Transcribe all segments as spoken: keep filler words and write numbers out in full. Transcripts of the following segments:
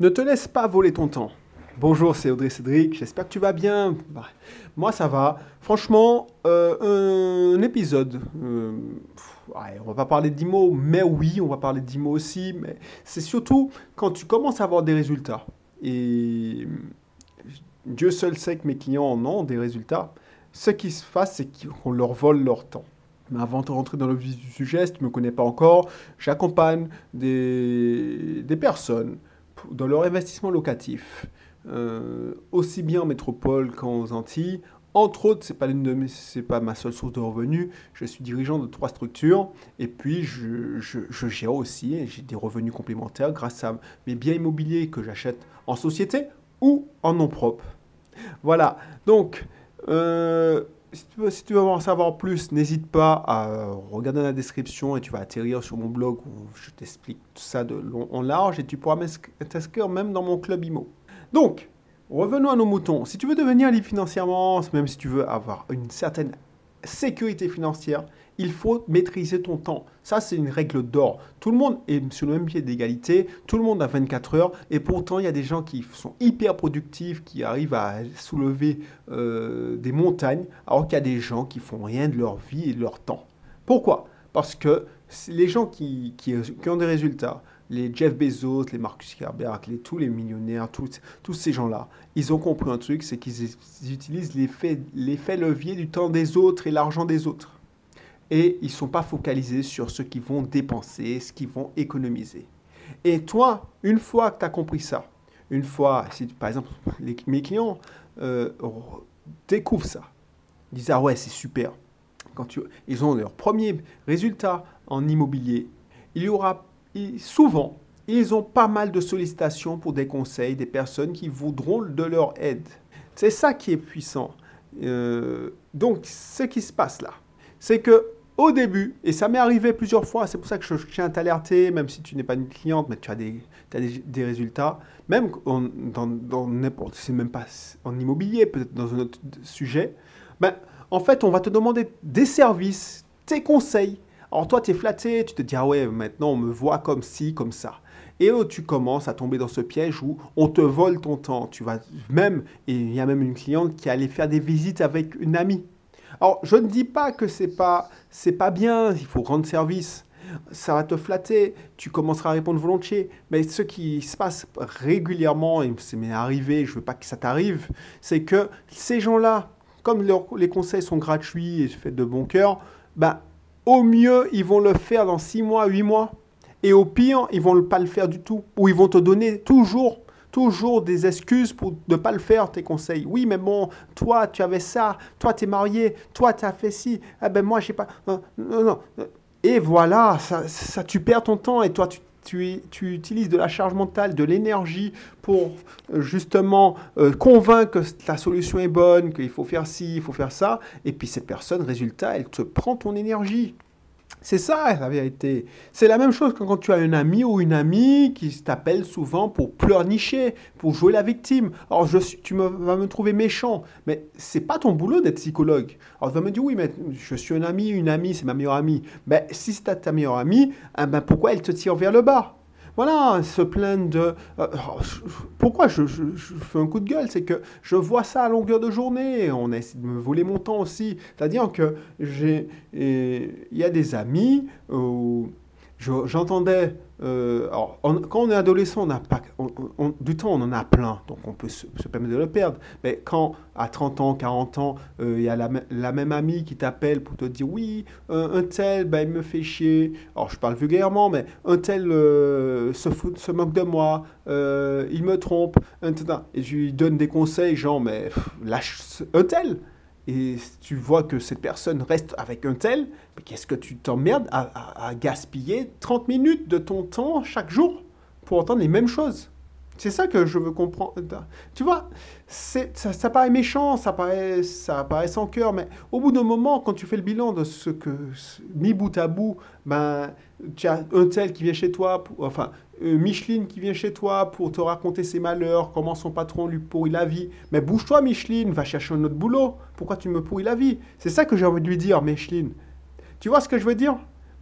Ne te laisse pas voler ton temps. Bonjour, c'est Audrey Cédric, j'espère que tu vas bien. Bah, moi, ça va. Franchement, euh, un épisode. euh, pff, ouais, on va pas parler d'I M O, mais oui, on va parler d'I M O aussi. Mais c'est surtout quand tu commences à avoir des résultats. Et Dieu seul sait que mes clients en ont des résultats. Ce qui se passe, c'est qu'on leur vole leur temps. Mais avant de rentrer dans le vif du sujet, si tu ne me connais pas encore, j'accompagne des, des personnes dans leur investissement locatif, euh, aussi bien en métropole qu'en Antilles. Entre autres, ce n'est pas, l'une de mes- c'est pas ma seule source de revenus. Je suis dirigeant de trois structures et puis je, je, je gère aussi, et j'ai des revenus complémentaires grâce à mes biens immobiliers que j'achète en société ou en nom propre. Voilà, donc, euh, si tu veux, si tu veux en savoir plus, n'hésite pas à regarder la description et tu vas atterrir sur mon blog où je t'explique tout ça de long en large et tu pourras t'inscrire même dans mon club I M O. Donc, revenons à nos moutons. Si tu veux devenir libre financièrement, même si tu veux avoir une certaine sécurité financière, il faut maîtriser ton temps. Ça, c'est une règle d'or. Tout le monde est sur le même pied d'égalité, tout le monde a vingt-quatre heures, et pourtant, il y a des gens qui sont hyper productifs, qui arrivent à soulever euh, des montagnes, alors qu'il y a des gens qui font rien de leur vie et de leur temps. Pourquoi? Parce que les gens qui, qui, qui ont des résultats, les Jeff Bezos, les Mark Zuckerberg, les, tous les millionnaires, tous, tous ces gens-là, ils ont compris un truc, c'est qu'ils utilisent l'effet, l'effet levier du temps des autres et l'argent des autres. Et ils ne sont pas focalisés sur ce qu'ils vont dépenser, ce qu'ils vont économiser. Et toi, une fois que tu as compris ça, une fois, si par exemple les, mes clients euh, découvrent ça, ils disent ah ouais c'est super, quand tu, ils ont leurs premiers résultats en immobilier, il y aura souvent, ils ont pas mal de sollicitations pour des conseils, des personnes qui voudront de leur aide. C'est ça qui est puissant. Euh, donc, ce qui se passe là, c'est que au début, et ça m'est arrivé plusieurs fois, c'est pour ça que je tiens à t'alerter, même si tu n'es pas une cliente, mais tu as des, tu as des, des résultats, même en, dans, dans n'importe, c'est même pas en immobilier, peut-être dans un autre sujet, ben, en fait, on va te demander des services, tes conseils. Alors toi, tu es flatté, tu te dis, ah ouais, maintenant on me voit comme ci, comme ça. Et oh, tu commences à tomber dans ce piège où on te vole ton temps. Tu vas même, et il y a même une cliente qui allait faire des visites avec une amie. Alors, je ne dis pas que c'est pas, c'est pas bien, il faut rendre service. Ça va te flatter, tu commenceras à répondre volontiers. Mais ce qui se passe régulièrement, et ça m'est arrivé, je ne veux pas que ça t'arrive, c'est que ces gens-là, comme leur, les conseils sont gratuits et faits de bon cœur, bah, au mieux, ils vont le faire dans six mois, huit mois. Et au pire, ils ne vont pas le faire du tout. Ou ils vont te donner toujours, toujours des excuses pour ne pas le faire, tes conseils. Oui, mais bon, toi, tu avais ça. Toi, tu es marié. Toi, tu as fait ci. Ah ben moi, je sais pas. Non, non, non. Et voilà, ça, ça, tu perds ton temps. Et toi, tu, tu, tu utilises de la charge mentale, de l'énergie pour euh, justement euh, convaincre que ta solution est bonne, qu'il faut faire ci, il faut faire ça. Et puis cette personne, résultat, elle te prend ton énergie. C'est ça la vérité. C'est la même chose que quand tu as un ami ou une amie qui t'appelle souvent pour pleurnicher, pour jouer la victime. Alors je suis, tu me, vas me trouver méchant, mais c'est pas ton boulot d'être psychologue. Alors tu vas me dire oui, mais je suis un ami, une amie, c'est ma meilleure amie. Ben si c'est ta meilleure amie, eh ben, pourquoi elle te tire vers le bas? Voilà, se plaindre de... euh, pourquoi je, je, je fais un coup de gueule? C'est que je vois ça à longueur de journée. On essaie de me voler mon temps aussi. C'est-à-dire que j'ai... Il y a des amis où je- j'entendais... euh, alors, on- quand on est adolescent, on n'a pas, on- on- du temps, on en a plein. Donc, on peut se, se permettre de le perdre. Mais quand, à trente ans, quarante ans, euh, il y a la, me- la même amie qui t'appelle pour te dire, oui, un, un tel, ben, il me fait chier. Alors, je parle vulgairement, mais un tel euh, se, fout, se moque de moi, euh, il me trompe, un tel, et je lui donne des conseils, genre, mais pff, lâche ce- un tel. Et tu vois que cette personne reste avec un tel, mais qu'est-ce que tu t'emmerdes à, à- à gaspiller trente minutes de ton temps chaque jour pour entendre les mêmes choses? C'est ça que je veux comprendre. Tu vois, c'est, ça, ça paraît méchant, ça paraît, ça paraît sans cœur, mais au bout d'un moment, quand tu fais le bilan de ce que, mis bout à bout, ben, tu as un tel qui vient chez toi, pour- enfin, euh, Micheline qui vient chez toi pour te raconter ses malheurs, comment son patron lui pourrit la vie. Mais bouge-toi, Micheline, va chercher un autre boulot. Pourquoi tu me pourris la vie? C'est ça que j'ai envie de lui dire, Micheline. Tu vois ce que je veux dire? Bon,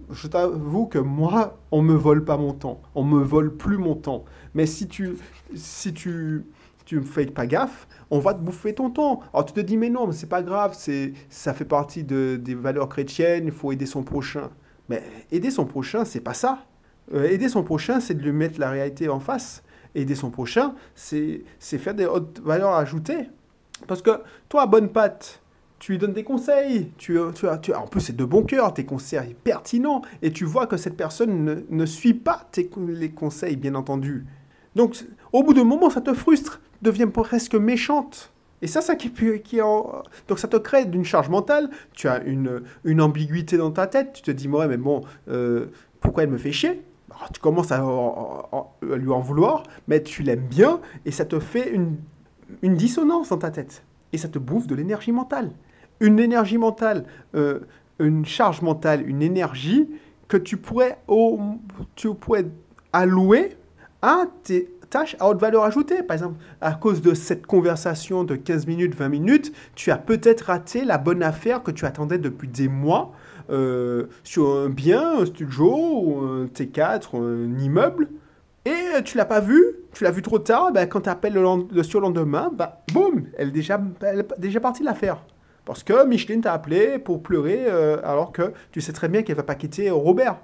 je t'avoue que moi, on me vole pas mon temps. On me vole plus mon temps. Mais si tu, si tu, tu me fais pas gaffe, on va te bouffer ton temps. Alors tu te dis, mais non, mais c'est pas grave, c'est, ça fait partie de, des valeurs chrétiennes, il faut aider son prochain. Mais aider son prochain, c'est pas ça. Euh, aider son prochain, c'est de lui mettre la réalité en face. Aider son prochain, c'est, c'est faire des hautes valeurs ajoutées. Parce que toi, bonne patte, tu lui donnes des conseils. Tu, tu, tu, en plus, c'est de bon cœur, tes conseils pertinents. Et tu vois que cette personne ne, ne suit pas tes, les conseils, bien entendu. Donc, au bout d'un moment, ça te frustre, tu deviens presque méchante. Et ça, ça qui, qui est en... Donc, ça te crée d'une charge mentale. Tu as une, une ambiguïté dans ta tête. Tu te dis, ouais, mais bon, euh, pourquoi elle me fait chier? Alors, tu commences à, à, à lui en vouloir, mais tu l'aimes bien et ça te fait une, une dissonance dans ta tête. Et ça te bouffe de l'énergie mentale. Une énergie mentale, euh, une charge mentale, une énergie que tu pourrais, oh, tu pourrais allouer à tes tâches à haute valeur ajoutée. Par exemple, à cause de cette conversation de quinze minutes, vingt minutes, tu as peut-être raté la bonne affaire que tu attendais depuis des mois euh, sur un bien, un studio, un T quatre, un immeuble, et tu l'as pas vu, tu l'as vu trop tard, ben, quand tu appelles le, le surlendemain, ben, boum, elle est déjà, elle est déjà partie de l'affaire. Parce que Micheline t'a appelé pour pleurer euh, alors que tu sais très bien qu'elle ne va pas quitter Robert.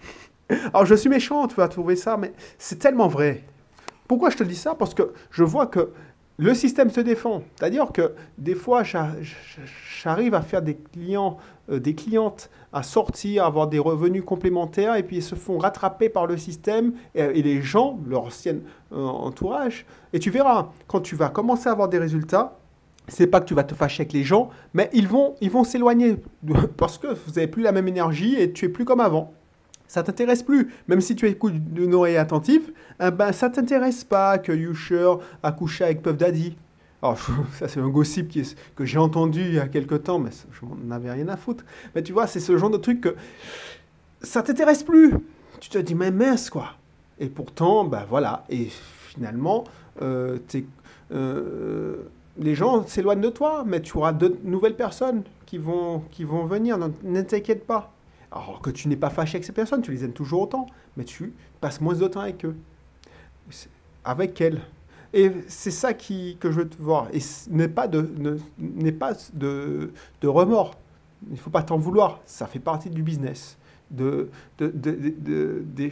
Alors je suis méchant, tu vas trouver ça, mais c'est tellement vrai. Pourquoi je te dis ça? Parce que je vois que le système se défend. C'est-à-dire que des fois, j'arrive à faire des clients, euh, des clientes à sortir, à avoir des revenus complémentaires, et puis ils se font rattraper par le système et, et les gens, leur ancien euh, entourage. Et tu verras, quand tu vas commencer à avoir des résultats, c'est pas que tu vas te fâcher avec les gens, mais ils vont, ils vont s'éloigner parce que vous n'avez plus la même énergie et tu es plus comme avant. Ça ne t'intéresse plus. Même si tu écoutes d'une oreille attentive, eh ben, ça ne t'intéresse pas que Usher a couché avec Puff Daddy. Alors, ça, c'est un gossip qui est, que j'ai entendu il y a quelque temps, mais je n'en avais rien à foutre. Mais tu vois, c'est ce genre de truc que ça ne t'intéresse plus. Tu te dis, mais mince, quoi. Et pourtant, ben voilà. Et finalement, euh, t'es... Euh, les gens s'éloignent de toi, mais tu auras de nouvelles personnes qui vont, qui vont venir. Ne t'inquiète pas. Alors que tu n'es pas fâché avec ces personnes, tu les aimes toujours autant, mais tu passes moins de temps avec eux. Avec elles. Et c'est ça qui, que je veux te voir. Et n'est pas de, ne, n'est pas de, de remords. Il ne faut pas t'en vouloir. Ça fait partie du business, de, de, de, de, de, de,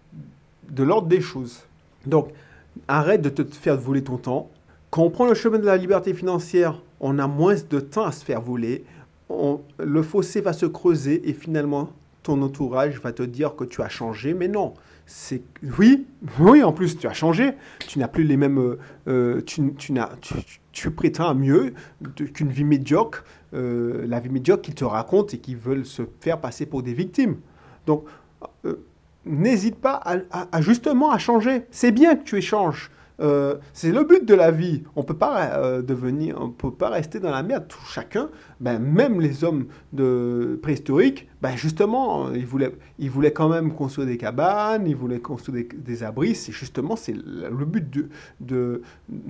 de l'ordre des choses. Donc, arrête de te faire voler ton temps. Quand on prend le chemin de la liberté financière, on a moins de temps à se faire voler. On, le fossé va se creuser et finalement, ton entourage va te dire que tu as changé. Mais non, c'est oui, oui, en plus, tu as changé. Tu n'as plus les mêmes... Euh, tu, tu, n'as, tu, tu prétends à mieux de, qu'une vie médiocre, euh, la vie médiocre qu'ils te racontent et qui veulent se faire passer pour des victimes. Donc, euh, n'hésite pas à, à, à justement à changer. C'est bien que tu échanges. Euh, c'est le but de la vie. On peut pas euh, devenir, on peut pas rester dans la merde. Tout, chacun, ben, même les hommes de préhistoriques, ben, justement, ils voulaient, ils voulaient quand même construire des cabanes, ils voulaient construire des, des abris. C'est justement, c'est le but de, de,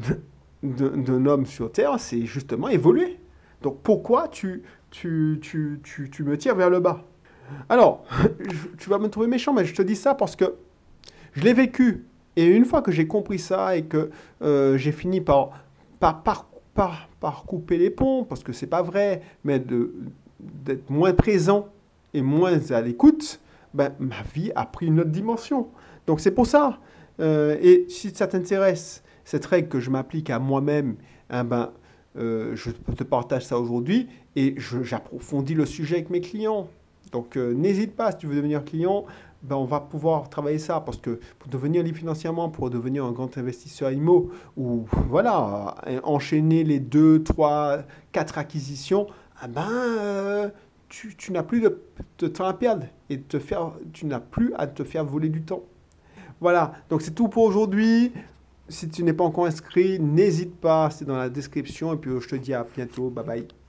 de, d'un homme sur Terre, c'est justement évoluer. Donc pourquoi tu, tu, tu, tu, tu me tires vers le bas? Alors, tu vas me trouver méchant, mais je te dis ça parce que je l'ai vécu. Et une fois que j'ai compris ça et que euh, j'ai fini par, par, par, par, par couper les ponts, parce que c'est pas vrai, mais de, d'être moins présent et moins à l'écoute, ben, ma vie a pris une autre dimension. Donc c'est pour ça. Euh, et si ça t'intéresse, cette règle que je m'applique à moi-même, hein, ben, euh, je te partage ça aujourd'hui et je, j'approfondis le sujet avec mes clients. Donc euh, n'hésite pas, si tu veux devenir client, ben, on va pouvoir travailler ça, parce que pour devenir libre financièrement, pour devenir un grand investisseur immo, ou voilà, enchaîner les deux, trois, quatre acquisitions, eh ben, euh, tu, tu n'as plus de, de temps à perdre et te faire, tu n'as plus à te faire voler du temps. Voilà, donc c'est tout pour aujourd'hui. Si tu n'es pas encore inscrit, n'hésite pas, c'est dans la description, et puis je te dis à bientôt, bye bye.